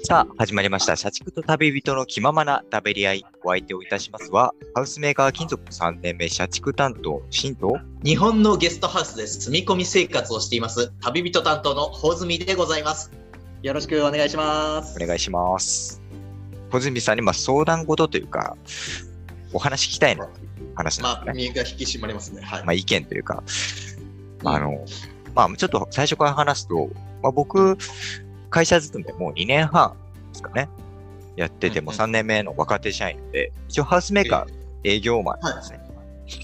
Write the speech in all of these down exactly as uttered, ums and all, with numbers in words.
さあ、始まりました。社畜と旅人の気ままな食べり合い。お相手をいたしますは、ハウスメーカー金属さんねんめ社畜担当、新と日本のゲストハウスで住み込み生活をしています、旅人担当の穂積でございます。よろしくお願いします。 お願いします。穂積さんにまあ相談事というか、お話聞きたいなという話なんですね。 まあ、身が引き締まりますね。はい。 まあ、意見というか、まあ、あの、まあ、ちょっと最初から話すと、まあ、僕、会社勤めもうにねんはんですかね。やっててもさんねんめの若手社員で、一応ハウスメーカー営業マンなんですね。 はい、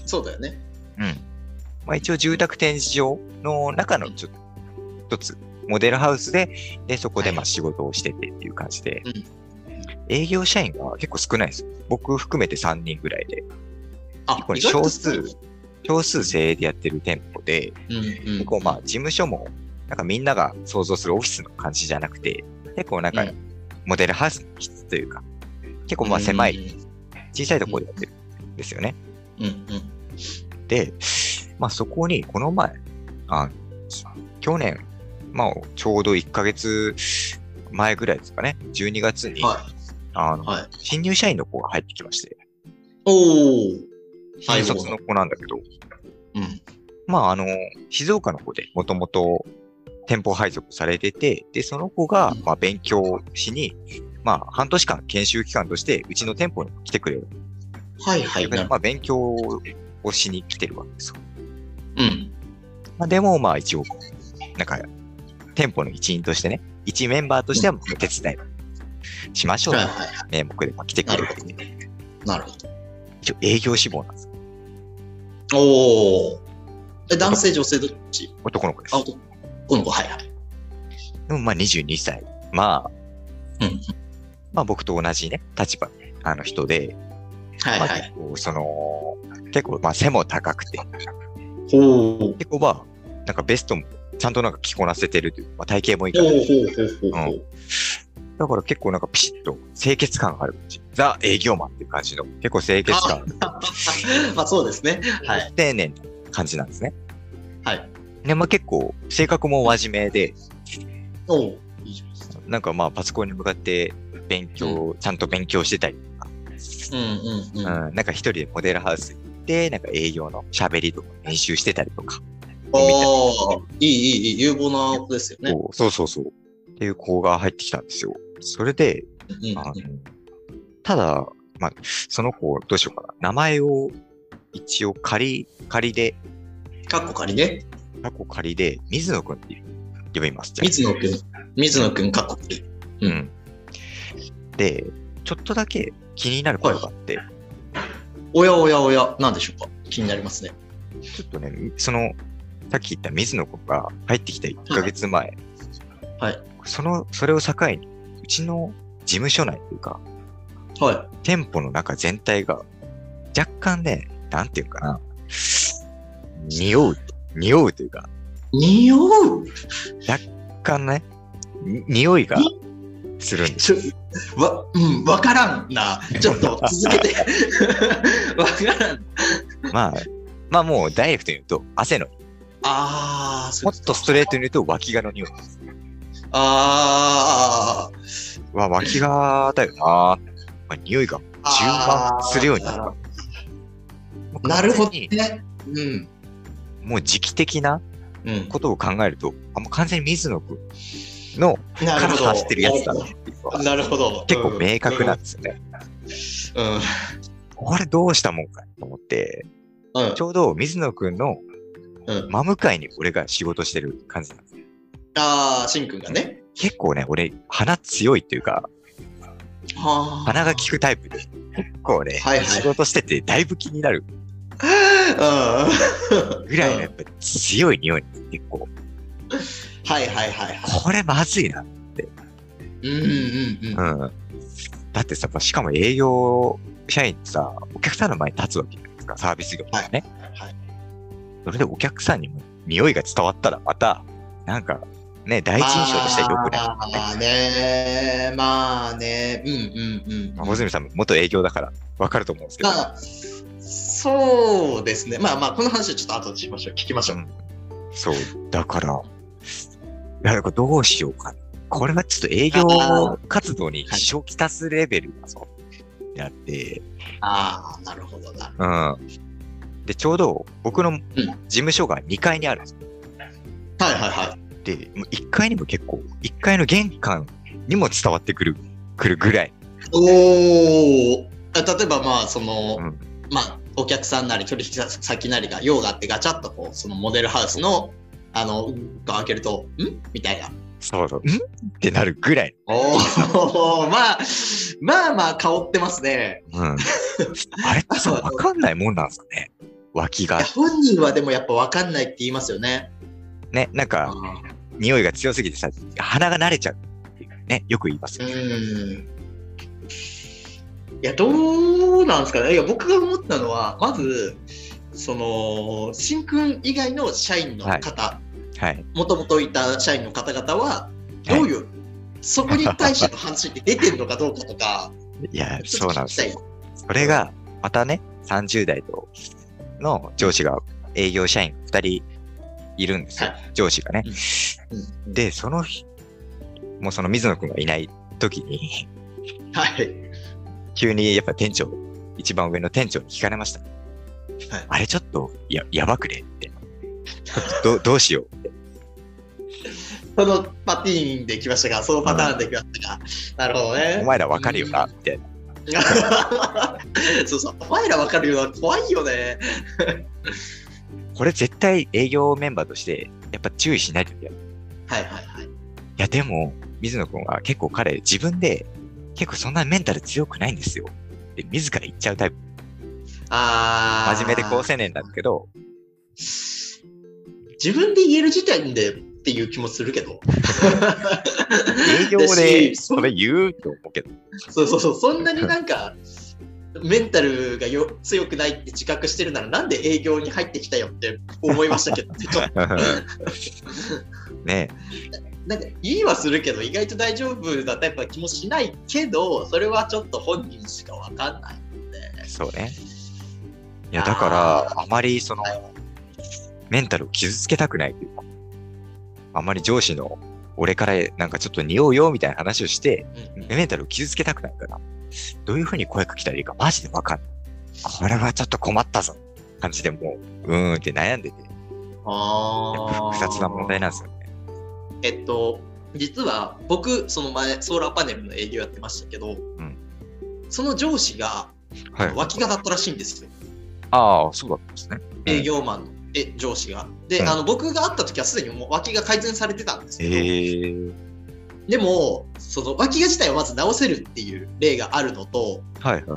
そうだよね。 うん。まあ一応住宅展示場の中のちょっと一つ、モデルハウスで、で、そこでまあ仕事をしててっていう感じで、はい、うん、営業社員が結構少ないですよ。僕含めてさんにんぐらいで。 あ、 結構ね、少数、少数精鋭でやってる店舗で、うんうん、結構まあ事務所も、なんかみんなが想像するオフィスの感じじゃなくて、結構なんかモデルハウスの質というか、結構まあ狭い、小さいところでやってるんですよね。 うんうん、 で、まあそこにこの前、あ去年、まあちょうどいっかげつまえぐらいですかね、じゅうにがつに、はい、あの、はい、新入社員の子が入ってきまして、 おー、 新卒の子なんだけど、 うん、 まああの、静岡の子でもともと店舗配属されてて、で、その子が、まあ、勉強しに、まあ、半年間研修期間として、うちの店舗に来てくれる。 はいはい。 まあ、勉強をしに来てるわけですよ。 うん。 まあ、でも、まあ、一応、なんか、店舗の一員としてね、一メンバーとしては、お手伝いしましょうと、はいはいはい、名目で来てくれるわけで。 なるほど。 一応、営業志望なんです。 おー。え、男性、女性どっち？ 男の子です。 あ、男この子、はいはい。 でもまあにじゅうにさい。まあ、 うん、 まあ僕と同じね、立場の、あの人で、 はいはい。まあ、 結構その、結構まあ背も高くて、 ほ結構まあ、なんかベストもちゃんとなんか着こなせてるという、まあ、体型もいいから、 ほうほうほうほうほう、うん。 だから結構なんかピシッと清潔感がある感じ。ザ営業マンっていう感じの、結構清潔感あまあそうですね。はい。 丁寧な感じなんですね。 はい。 で、まあ結構、性格も真面目で、 おう、いいじゃないですか。 なんかまあパソコンに向かって勉強、うん、ちゃんと勉強してたりとか、 うんうんうん。 うん、なんか一人でモデルハウス行って、なんか営業の喋りとか練習してたりとか。 ああ、いいいいいい、有望な子ですよね。 そうそうそう。っていう子が入ってきたんですよ。それで、 うんうん、 あのただ、まあ、その子、どうしようかな。名前を一応仮、仮で、 かっこ仮ね。 かっこ仮で、水野くんって呼びます。 水野くん。水野くん、かっこ仮。 うん。で、ちょっとだけ気になることがあって。はい、 おやおやおや、なんでしょうか。気になりますね。 ちょっとね、その、さっき言った水野くんが入ってきたいっかげつまえ。 はい。はい、 その、それを境に、うちの事務所内というか、 はい。 店舗の中全体が、若干ね、なんていうかな、匂う、匂うというか、 匂う若干ね、匂いがするんですよ。 わ、うん、わからんな。ちょっと続けて。わからん。 まあ、まあもうダイレクトに言うと、汗の。 ああ、 もっとストレートに言うと、脇がの匂いです。 ああ。わ、脇がだよな。まあ、匂いが充満するようになる。 なるほどね。うん。 もう時期的なことを考えると、うん、あもう完全に水野くんのから走ってるやつだなっていうのは、 なるほど。 結構明確なんですよね。 うん。うん、 これどうしたもんかと思って、うん、ちょうど水野くんの真向かいに俺が仕事してる感じなんですよ。 ああ、しんくんがね。 結構ね、俺、鼻強いっていうか、 は鼻が利くタイプで、結構ね、はいはい、仕事しててだいぶ気になる。ぐらいのやっぱ強い匂い結構。 はいはいはい、はい。 これまずいなって。 うんうんうん。 うん。だってさ、しかも営業社員ってさ、お客さんの前に立つわけじゃないですか、サービス業とかね。 はい。はい、 それでお客さんにも匂いが伝わったらまた、なんか、ね、第一印象としては良くない、 ね。まあね、まあね、うんうんうん。 穂積さんも元営業だから分かると思うんですけど。まあそうですね。まあまあ、この話はちょっと後でしましょう。聞きましょう。うん、 そう。だから、いや、どうしようかな。 これはちょっと営業活動に支障をきたすレベルだぞってなって。 ああ、なるほどなるほど。 うん。で、ちょうど僕の事務所がにかいにあるんですよ。 うん、はいはいはい。 で、いっかいにも結構、いっかいの玄関にも伝わってくる、くるぐらい。 おー。例えばまあ、その、うん、まあ、お客さんなり取引先なりが用があってガチャッとこう、そのモデルハウスの、あの、が開けると、んみたいな。 そうそう、んってなるぐらい。 おー、まあ、まあまあ、香ってますね。 うん。あれってさ、わかんないもんなんですかね。脇が。 本人はでもやっぱわかんないって言いますよね。 ね、なんか、匂いが強すぎてさ、鼻が慣れちゃうっていうね、よく言いますよね。うん。 いや、どうなんですかね。いや、僕が思ったのは、まず、その、新君以外の社員の方、はい。もともといた社員の方々は、どういう、はい、そこに対しての話って出てるのかどうかとか。 いや、そうなんですよ。それが、またね、さんじゅう代との上司が営業社員ふたりいるんですよ。はい、上司がね、うん。で、その日、もうその水野くんがいない時に、 はい。 急にやっぱ店長、一番上の店長に聞かれました。はい、あれちょっとや、やばくねって。ど, どうしようって。 そのパティーンできましたが、そのパターンできましたが、うん、なるほどね。 お前らわかるよな、みたいな。そうそう、お前らわかるよな、怖いよね。 これ絶対営業メンバーとして、やっぱ注意しないといけない。 はいはいはい。いや、でも、水野くんは結構彼、自分で、結構そんなメンタル強くないんですよ。で、自ら言っちゃうタイプ。 あー。 真面目で高青年なんだけど。 自分で言える時点でっていう気もするけど。 営業でそれ言うと思うけど。 そうそうそう、そんなになんか、メンタルがよ強くないって自覚してるならなんで営業に入ってきたよって思いましたけど。 ねえ。 なんか言いはするけど意外と大丈夫だタイプな気もしないけど、それはちょっと本人しか分かんないので。 そうね。いやだからあまりその、はい、メンタルを傷つけたくないというか、あまり上司の俺からなんかちょっと匂うよみたいな話をして、うんうん、メンタルを傷つけたくないから、どういうふうに声かけたらいいかマジで分かんない。これはちょっと困ったぞ感じでもううーんって悩んでて、 あ複雑な問題なんですよね。 えっと、実は僕、その前、ソーラーパネルの営業やってましたけど、うん、その上司が、はい、脇がだったらしいんですよ。 ああ、そうだったんですね。 営業マンのえ上司が。で、うん、あの僕が会った時はすでにもう脇が改善されてたんですけど、えー、でも、その脇が自体をまず直せるっていう例があるのと、 はいはいはい、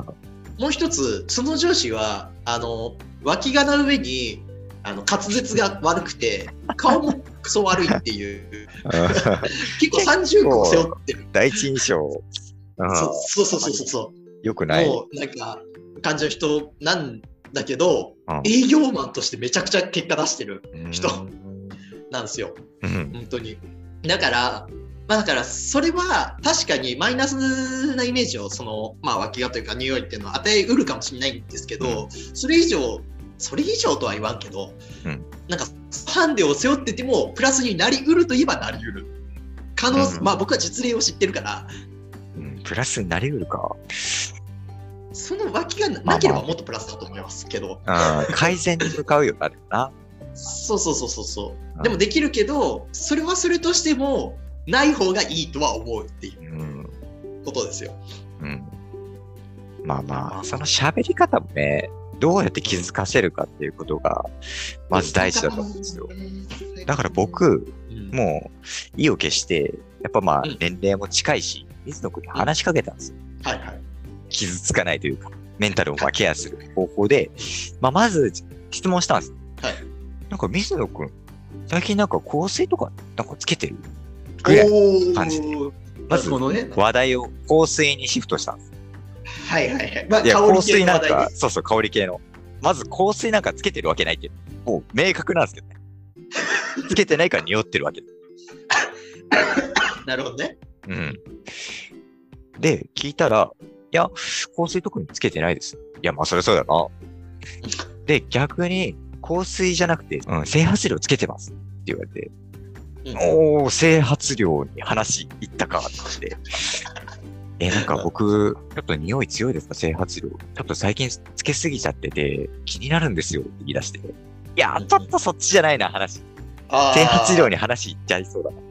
もう一つ、その上司は、あの、脇がの上に、あの滑舌が悪くて顔もクソ悪いっていう結構さんじゅうこ背負ってる第一印象そうそうそうそうそうよくないもうなんか感じの人なんだけど、うん、営業マンとしてめちゃくちゃ結果出してる人なんですよ、うん、本当にだからまあだからそれは確かにマイナスなイメージをそのまあ脇がというか匂いっていうのは与えうるかもしれないんですけど、うん、それ以上それ以上とは言わんけど、うん、なんかハンデを背負っててもプラスになりうるといえばなりうる可能、うん、まあ僕は実例を知ってるから、 うん、プラスになりうるかその脇がなければもっとプラスだと思いますけど、 まあまあ、改善に向かうよななそうそうそうそうそうでもできるけどそれはそれとしてもない方がいいとは思うっていうことですよ、 うん、まあまあその喋り方もねどうやって気づかせるかっていうことがまず大事だと思うんですよ。だから僕、うん、もう意を決してやっぱまあ年齢も近いし、うん、水野君に話しかけたんですよ、 うんはいはい、 傷つかないというかメンタルをケアする方法で、まあ、まず質問したんです、 はい、 なんか水野君最近なんか香水とかなんかつけてるぐらいの感じでまず話題を香水にシフトしたんです。 はいはいはい。まあ、 いや香水なんか、そうそう、香り系の。まず香水なんかつけてるわけないっていう。もう明確なんですけどね。つけてないから匂ってるわけ。 なるほどね。 うん。で、聞いたら、いや、香水特につけてないです。いや、まあそれそうだな。で、逆に香水じゃなくて、うん、整髪料つけてますって言われて。 うん、おお、整髪料に話いったかって。え、なんか僕、ちょっと匂い強いですか、整髪料。ちょっと最近つけすぎちゃってて、気になるんですよって言い出して。いや、ちょっとそっちじゃないな、話。整髪料に話いっちゃいそうだなって。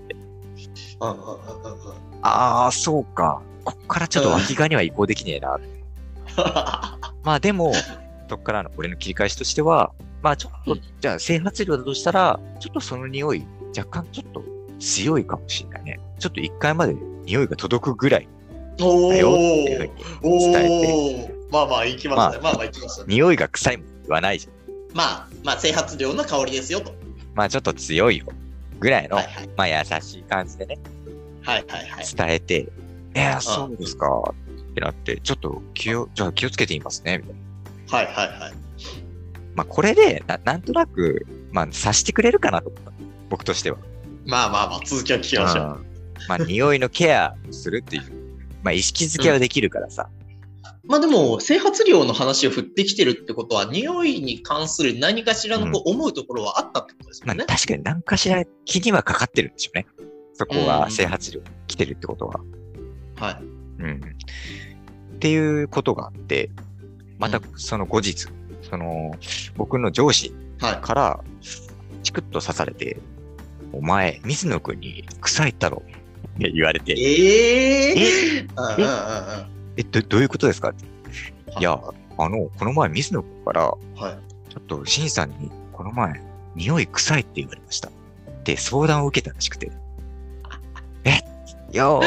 ああ、そうか。こっからちょっと脇側には移行できねえな。まあでも、そっからの俺の切り返しとしては、まあちょっと、うん、じゃあ整髪料だとしたら、ちょっとその匂い、若干ちょっと強いかもしれないね。ちょっと一回まで匂いが届くぐらいだよっていうふうに伝えて。 まあまあ行きますね。まあまあ行きますね。 匂いが臭いも言わないじゃん。 まあ、まあ整髪料の香りですよと。 まあちょっと強いよ。ぐらいの、はいはい、まあ優しい感じでね。 はいはいはい。 伝えて、いや、そうですかってなって、ちょっと気を、じゃあ気をつけてみますね、みたいな。はいはいはい。 まあこれでな、なんとなく、まあ察してくれるかなと思った。僕としては。 まあまあまあ、続きは聞きましょう。 まあ匂いのケアするっていう、まあ意識づけはできるからさ。 うん、まあでも、整髪料の話を振ってきてるってことは、匂いに関する何かしらのこう思うところはあったってことですよね。 うん、まあ確かに何かしら気にはかかってるんでしょうね。そこは整髪料来てるってことは。 はい。 うん。っていうことがあって、またその後日、うん、その僕の上司からチクッと刺されて、はい、お前、水野くんに臭いったろって言われて。 えー、 ええど、どういうことですかって。いや、あの、この前水野くんから、はい、ちょっとシンさんにこの前、匂い臭いって言われました。で、相談を受けたらしくて。えいや、うん、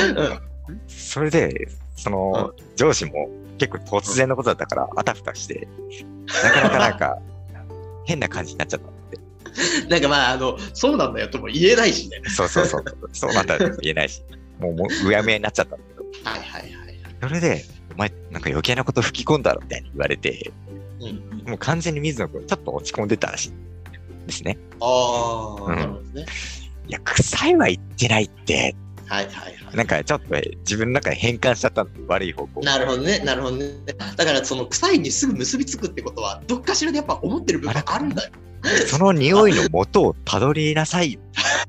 それで、その、うん、上司も結構突然のことだったから、あたふたして、なかなかなんか、変な感じになっちゃったって。 なんかまあ、あの、そうなんだよとも言えないしね。 そうそうそう。そうなんだよとも言えないし、もう、もう、うやむやになっちゃったんだけど。 はいはいはい。 それで、お前、なんか余計なこと吹き込んだろみたいに言われて、うん、もう完全に水野くん、ちょっと落ち込んでたらしいですね。 ああ、うん、なるほどね。 いや、臭いは言ってないって。 はいはいはい。 なんかちょっと自分の中で変換しちゃったの、悪い方向。 なるほどね、なるほどね。だからその臭いにすぐ結びつくってことは、どっかしらでやっぱ思ってる部分があるんだよ。 その匂いの元をたどりなさいよ。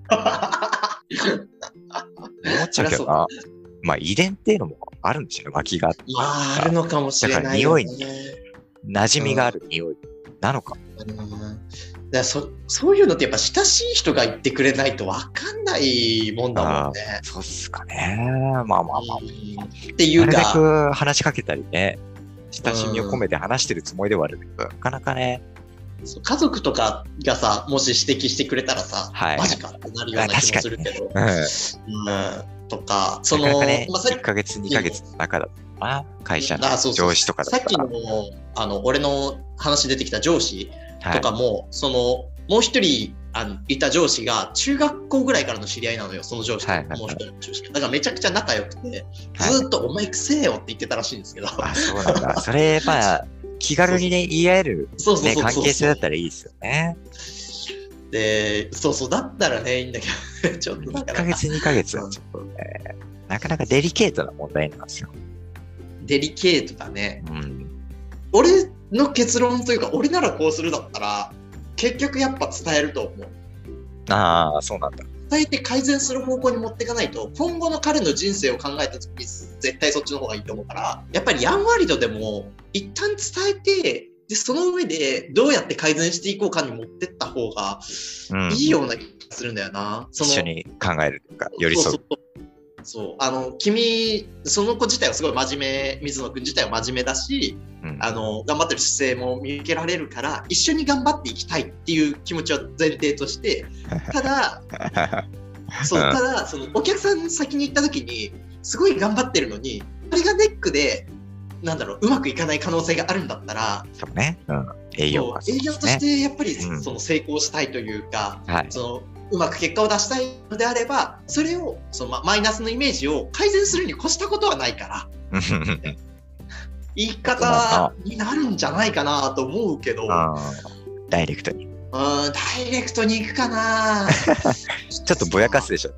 思っちゃうけどな。まあ遺伝っていうのもあるんですよね、脇が。 まあ、あるのかもしれない、ね。 だから匂いに馴染みがある匂いなのか。 うん、だからそそういうのってやっぱ親しい人が言ってくれないと分かんないもんだもんね。 そうっすかね。まあまあまあ。 っていうか。 なるべく話しかけたりね、親しみを込めて話してるつもりではあるけど、なかなかね。 家族とかがさ、もし指摘してくれたらさ、はい、マジかってなるような気もするけど。ね、うんうんとか、その、なかなかね、 まあ、いっかげつ、にかげつの中だったな、会社の上司とかだったら。 さっきの、あの、俺の話出てきた上司とかも、はい、その、もう一人あのいた上司が中学校ぐらいからの知り合いなのよ、その上司と、はいはいはい、もう一人の上司が。だからめちゃくちゃ仲良くて、ずっとお前くせえよって言ってたらしいんですけど。 あ、そうなんだ。それ、まあ、気軽にね、言い合える、ね、関係性だったらいいですよね。 で、そうそう、だったらね、いいんだけど、ちょっとなかなか。いっかげつ、にかげつはちょっとね、なかなかデリケートな問題なんですよ。 デリケートだね。 うん。 俺の結論というか、俺ならこうするだったら、結局やっぱ伝えると思う。 ああ、そうなんだ。 伝えて改善する方向に持っていかないと、今後の彼の人生を考えたときに、絶対そっちの方がいいと思うから、やっぱりやんわりとでも、一旦伝えて、で、その上でどうやって改善していこうかに持ってった方がいいような気がするんだよな。 うん、その一緒に考えるというか、寄り添う。 そうそうそう。あの、君、その子自体はすごい真面目、水野君自体は真面目だし、うん、あの、頑張ってる姿勢も見受けられるから、一緒に頑張っていきたいっていう気持ちは前提として、ただ、そう、ただ、その、お客さん先に行った時に、すごい頑張ってるのに、あれがネックで、なんだろう、うまくいかない可能性があるんだったら、 そうね、うん、営業は、 ね、営業としてやっぱり、うん、その成功したいというか、はい、そのうまく結果を出したいのであれば、それをそのマイナスのイメージを改善するに越したことはないから言い方になるんじゃないかなと思うけど、 ダイレクトに、 うん、ダイレクトに行くかなちょっとぼやかすでしょって。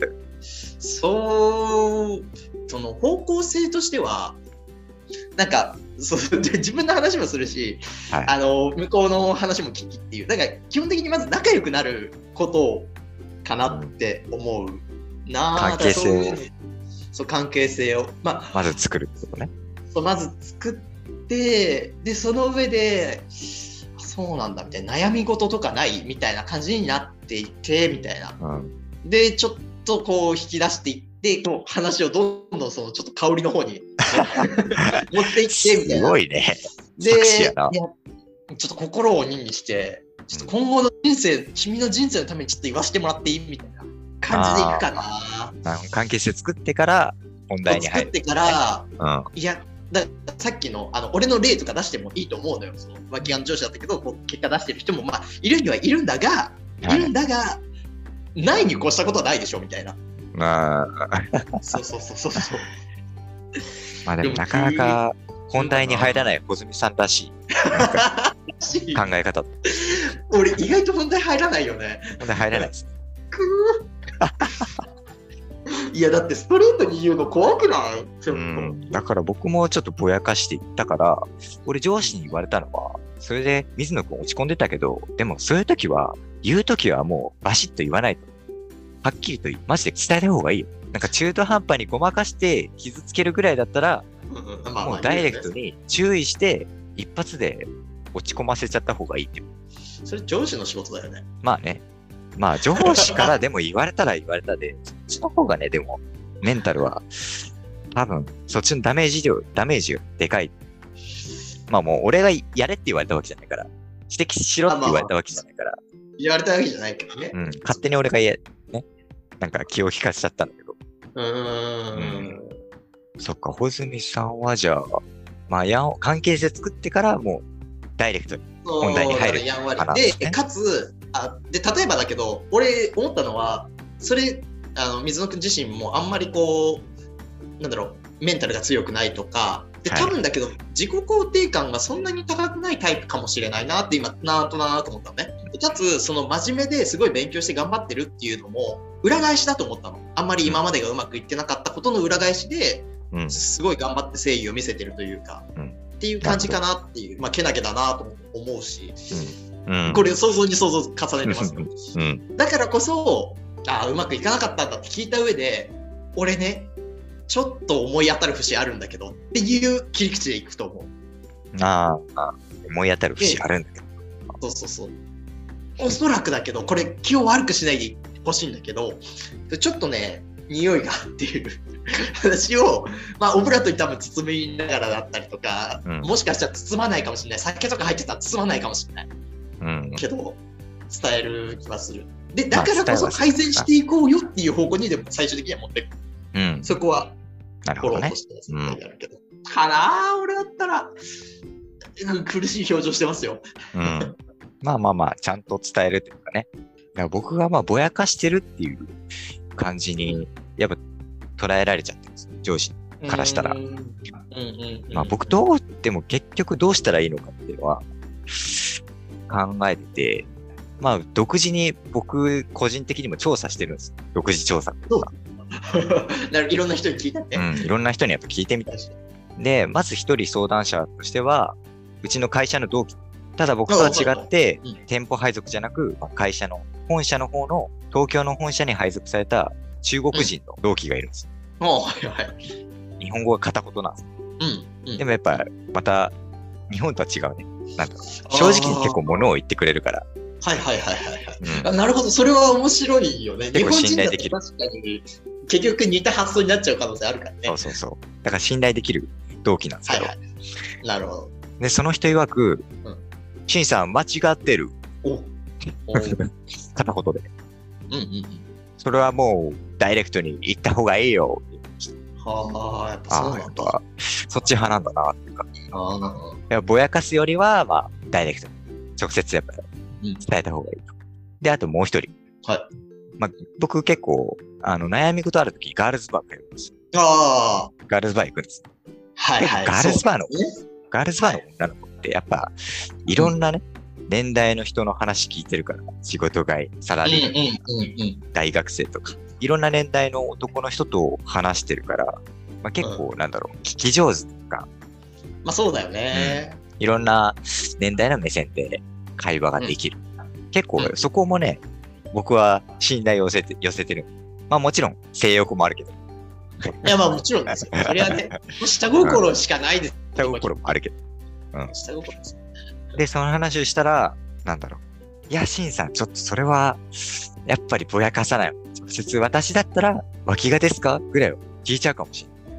そうその方向性としてはなんかそう自分の話もするし、はい、あの向こうの話も聞きっていう、だから基本的にまず仲良くなることをかなって思うな、 関係性。 そう、関係性を。まあ、 まず作るってことね。 そう、まず作って、で、その上で、そうなんだみたいな、悩み事とかないみたいな感じになっていて、みたいな。うん、で、ちょっとこう引き出していって、こう話をどんどんそのちょっと香りの方に持っていって、みたいな。 すごいね。 で、いや、ちょっと心を鬼にして、ちょっと今後の人生、うん、君の人生のためにちょっと言わせてもらっていいみたいな感じでいくかな。 関係性作ってから本題に入る。 作ってから、うん、いや、ださっきのあの俺の例とか出してもいいと思うのよ。その脇の上司だったけどこう結果出してる人もまあいるにはいるんだが、はい、いるんだがないに越したことはないでしょみたいな。まあ、そうそうそうそうそう。 まあでもなかなか本題に入らない穂積さんらしい考え方。 俺意外と本題入らないよね。 本題入らないです。 いやだってストレートに言うの怖くない？ うん、だから僕もちょっとぼやかしていったから、俺上司に言われたのは、それで水野くん落ち込んでたけど、でもそういう時は、言う時はもうバシッと言わないと。はっきりとマジで伝えた方がいいよ。なんか中途半端にごまかして傷つけるぐらいだったら、うん、もうダイレクトに注意して一発で落ち込ませちゃった方がいいって。 それ上司の仕事だよね。 まあね。まあ上司からでも言われたら言われたで、そっちの方がね、でもメンタルは多分そっちのダメージ量、ダメージがでかい。まあもう俺がやれって言われたわけじゃないから、指摘しろって言われたわけじゃないから。まあまあ言われたわけじゃないけどね。 うん、勝手に俺が言え、ね、なんか気を利かせちゃったんだけど。 うーん。うん、 そっか、穂積さんはじゃあ、まあやん関係性作ってからもうダイレクトに本題に入るやんわりで、かつあで例えばだけど俺思ったのはそれあの水野くん自身もあんまりこうなんだろうメンタルが強くないとかで多分だけど、はい、自己肯定感がそんなに高くないタイプかもしれないなって今なんとなく思ったのね。かつその真面目ですごい勉強して頑張ってるっていうのも裏返しだと思ったの。あんまり今までがうまくいってなかったことの裏返しで、うん、すごい頑張って誠意を見せてるというか、うん、っていう感じかなっていうまあけなげだなと思うし、うん、これ想像に想像重ねてますよ、うん、だからこそあうまくいかなかったんだって聞いた上で俺ねちょっと思い当たる節あるんだけどっていう切り口でいくと思う。 ああ思い当たる節あるんだけどそうそうそうおそらくだけどこれ気を悪くしないでほしいんだけどちょっとね匂いがっていう話をまあオブラートに多分包みながらだったりとか、うん、もしかしたら包まないかもしれない酒とか入ってたら包まないかもしれない、うん、けど伝える気はする。でだからこそ改善していこうよっていう方向にでも最終的には持っていく、うん、そこはなるほどね。 うん、かな俺だったら苦しい表情してますよ、 うん、まあまあまあちゃんと伝えるというかね。だから僕がまあぼやかしてるっていう感じにやっぱ捉えられちゃってるんです上司からしたら。まあ僕どうでも結局どうしたらいいのかっていうのは考えてて、まあ独自に僕個人的にも調査してるんです。独自調査とか。 いろんな人に聞いたって、 うん、いろんな人にやっぱ聞いてみたし。で、まず一人相談者としては、うちの会社の同期。ただ僕とは違って、うん、店舗配属じゃなく、会社の、本社の方の、東京の本社に配属された中国人の同期がいるんです。 うん、はいはい。 日本語が片言なんです。うん。でもやっぱ、また、日本とは違うね。なんか、正直に結構物を言ってくれるから。 はいはいはいはい、はいうん。なるほど、それは面白いよね。 結構信頼できる。 確かに、結局似た発想になっちゃう可能性あるからね。 そうそうそう。だから信頼できる同期なんですけど。はいはい、 なるほど。 で、その人曰く、うん、シンさん間違ってる。おお片言で。うんうんうん。それはもうダイレクトに言った方がいいよ。 はあ、やっぱそうなんだ。 そっち派なんだなっていうか。ああ、なるほど。ぼやかすよりは、まあ、ダイレクトに直接やっぱり伝えた方がいいと。うん、で、あともう一人。はい。まあ、僕結構、あの、悩み事あるとき、ガールズバー通うんです。ああ。ガールズバー行くんです。はいはい。ガールズバーの、ガールズバーの女の子って、やっぱ、いろんなね、うん、年代の人の話聞いてるから、仕事外、サラリーマン、大学生とか、いろんな年代の男の人と話してるから、まあ、結構、うん、なんだろう、聞き上手とか。 まあそうだよね、 うん。いろんな年代の目線で会話ができる。うん、結構、そこもね、 僕は信頼を寄せて、寄せてる。まあもちろん性欲もあるけど。 いやまあもちろんですよ。それはね、下心しかないです。 下心もあるけど。 うん。下心です。 で、その話をしたら、なんだろう。いや、シンさん、ちょっとそれは、やっぱりぼやかさない。直接私だったら、脇がですかぐらいを聞いちゃうかもしれない。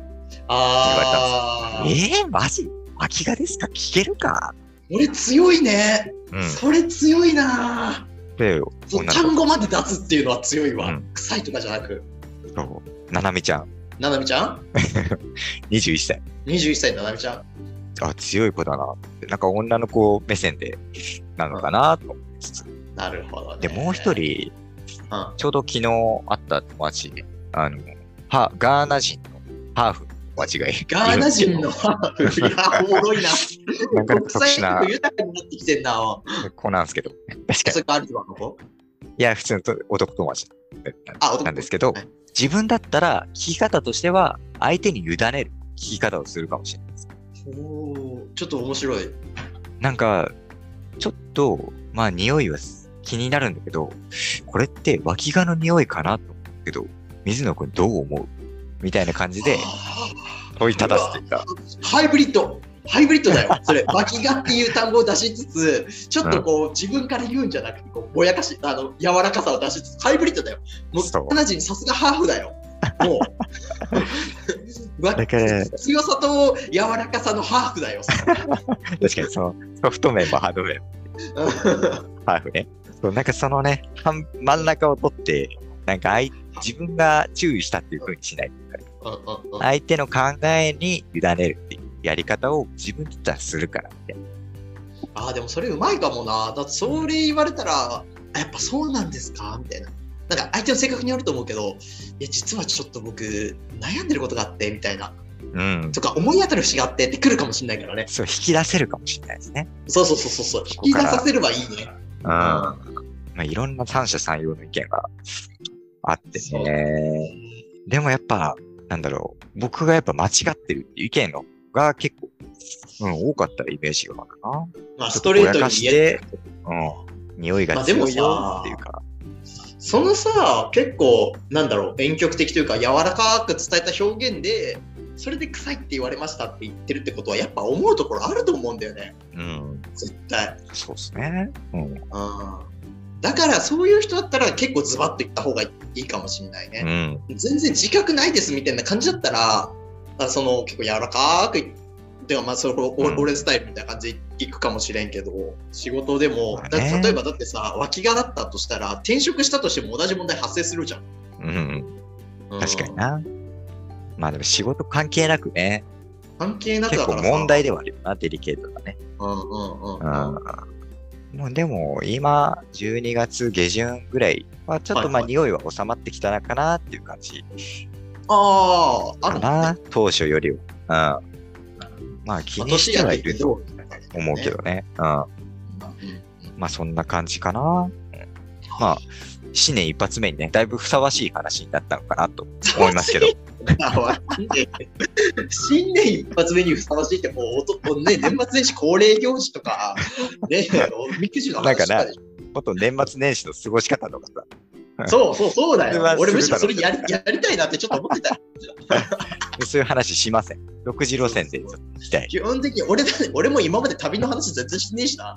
ああ。 ええー、マジ脇がですか聞けるか俺強いね。うん、それ強いなでそう単語まで出すっていうのは強いわ。うん、臭いとかじゃなく。 そう。ななみちゃん。 ななみちゃんにじゅういっさい。 にじゅういっさいななみちゃん。 あ、強い子だなって。なんか女の子目線でなのかなと思いつつ。 なるほどね。 で、もう一人、うん、ちょうど昨日会った友達、あの、は、ガーナ人のハーフの友達がいる。 ガーナ人のハーフいや、おもろいな。 なんか特殊な。 豊かになってきてんな。 子なんですけど。確かに。 それガールズの子？ いや、普通の男友達あなんですけど、はい、自分だったら聞き方としては相手に委ねる聞き方をするかもしれないです。 おちょっと面白い。 なんか、ちょっと、まあ匂いは気になるんだけど、これって脇がの匂いかなと思うけど、水野くんどう思うみたいな感じで問いただすというか。 ハイブリッドハイブリッドだよ。それ、脇がっていう単語を出しつつ、ちょっとこう、うん、自分から言うんじゃなくて、こうぼやかし、あの、柔らかさを出しつつ、ハイブリッドだよ。もう、カナダ人さすがハーフだよ。もう、だから強さと柔らかさのハーフだよ。 確かにその、ソフト面もハード面も。ハーフね。そうなんかそのね、真ん中を取って、なんか自分が注意したっていう風にしないというか、相手の考えに委ねるっていうやり方を自分たちはするからみたいな。 ああ、でもそれうまいかもな。だってそれ言われたら、やっぱそうなんですかみたいな。なんか相手の性格によると思うけど、いや、実はちょっと僕、悩んでることがあって、みたいな。うん。とか、思い当たる節があってって来るかもしれないからね。 そう、引き出せるかもしれないですね。 そうそうそうそう。引き出させればいいね。 うん。まあ、いろんな三者三様の意見があってね。でもやっぱ、なんだろう。僕がやっぱ間違ってるっていう意見のが結構、うん、多かったイメージがあるな。 まあ、ストレートに言えて、 うん。匂いが強いよっていうか。 そのさ、結構、なんだろう、婉曲的というか、柔らかく伝えた表現で、それで臭いって言われましたって言ってるってことは、やっぱ思うところあると思うんだよね。うん。絶対。 そうですね。うん。 だから、そういう人だったら結構ズバッと言った方がいいかもしれないね。うん。全然自覚ないですみたいな感じだったら、あその結構柔らかく言って、ではまあそれを俺スタイルみたいな感じでいくかもしれんけど、仕事でも、だ例えばだってさ、脇がだったとしたら転職したとしても同じ問題発生するじゃん。 うん、うん、確かにな。まあでも仕事関係なくね。 関係なくだからさ。 結構問題ではあるよな、デリケートだね。 うんうんうん、うん。 もうでも今じゅうにがつ下旬ぐらいはちょっとまあ匂いは収まってきたのかなっていう感じ。 ああ、 かな、当初よりは。うん。まあ気にしてはいると思うけどね。うん。まあそんな感じかな。まあ、新年一発目にね、だいぶふさわしい話になったのかなと思いますけど。 新年一発目にふさわしいってもう、ね、年末年始恒例行事とか、ね、おみくじの話とかでしょ。 なんかな、もっと年末年始の過ごし方とかさ。 そうそうそうだよ。俺むしろそれやりやりたいなってちょっと思ってた。 そういう話しません。独自路線で行きたい。 基本的に俺だ、ね、俺も今まで旅の話全然してねえしな。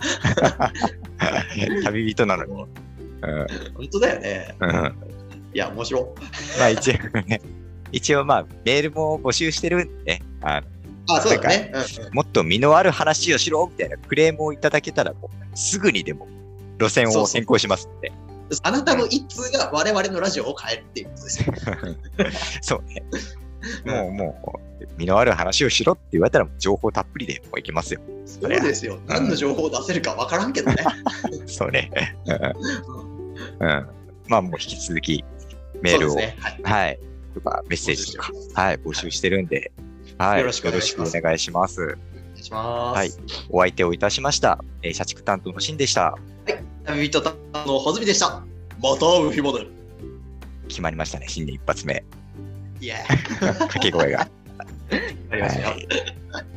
旅人なのに。うん、 本当だよね。うん、いや、面白い。 まあ一応ね、一応まあメールも募集してるんでね。ああ、そうだね、 うんうん。もっと身のある話をしろみたいなクレームをいただけたらもうすぐにでも路線を変更しますんで。そうそうあなたの一通が我々のラジオを変えるっていうことですよ。 そうね。もう、もう、身のある話をしろって言われたら、情報たっぷりでもういけますよ。 そうですよ。何の情報を出せるか分からんけどね。 そうね。うん。まあ、もう引き続きメールを、ね、はい、はい。とか、メッセージとか、はい、募集してるんで、はい。よろしくお願いします。お願いします。 はい。お相手をいたしました。えー、社畜担当のシンでした。 はい。旅人担当のホズミでした。また会う日まで。 決まりましたね、新年一発目。 イエーイ。 掛け声が。 ありましたよ。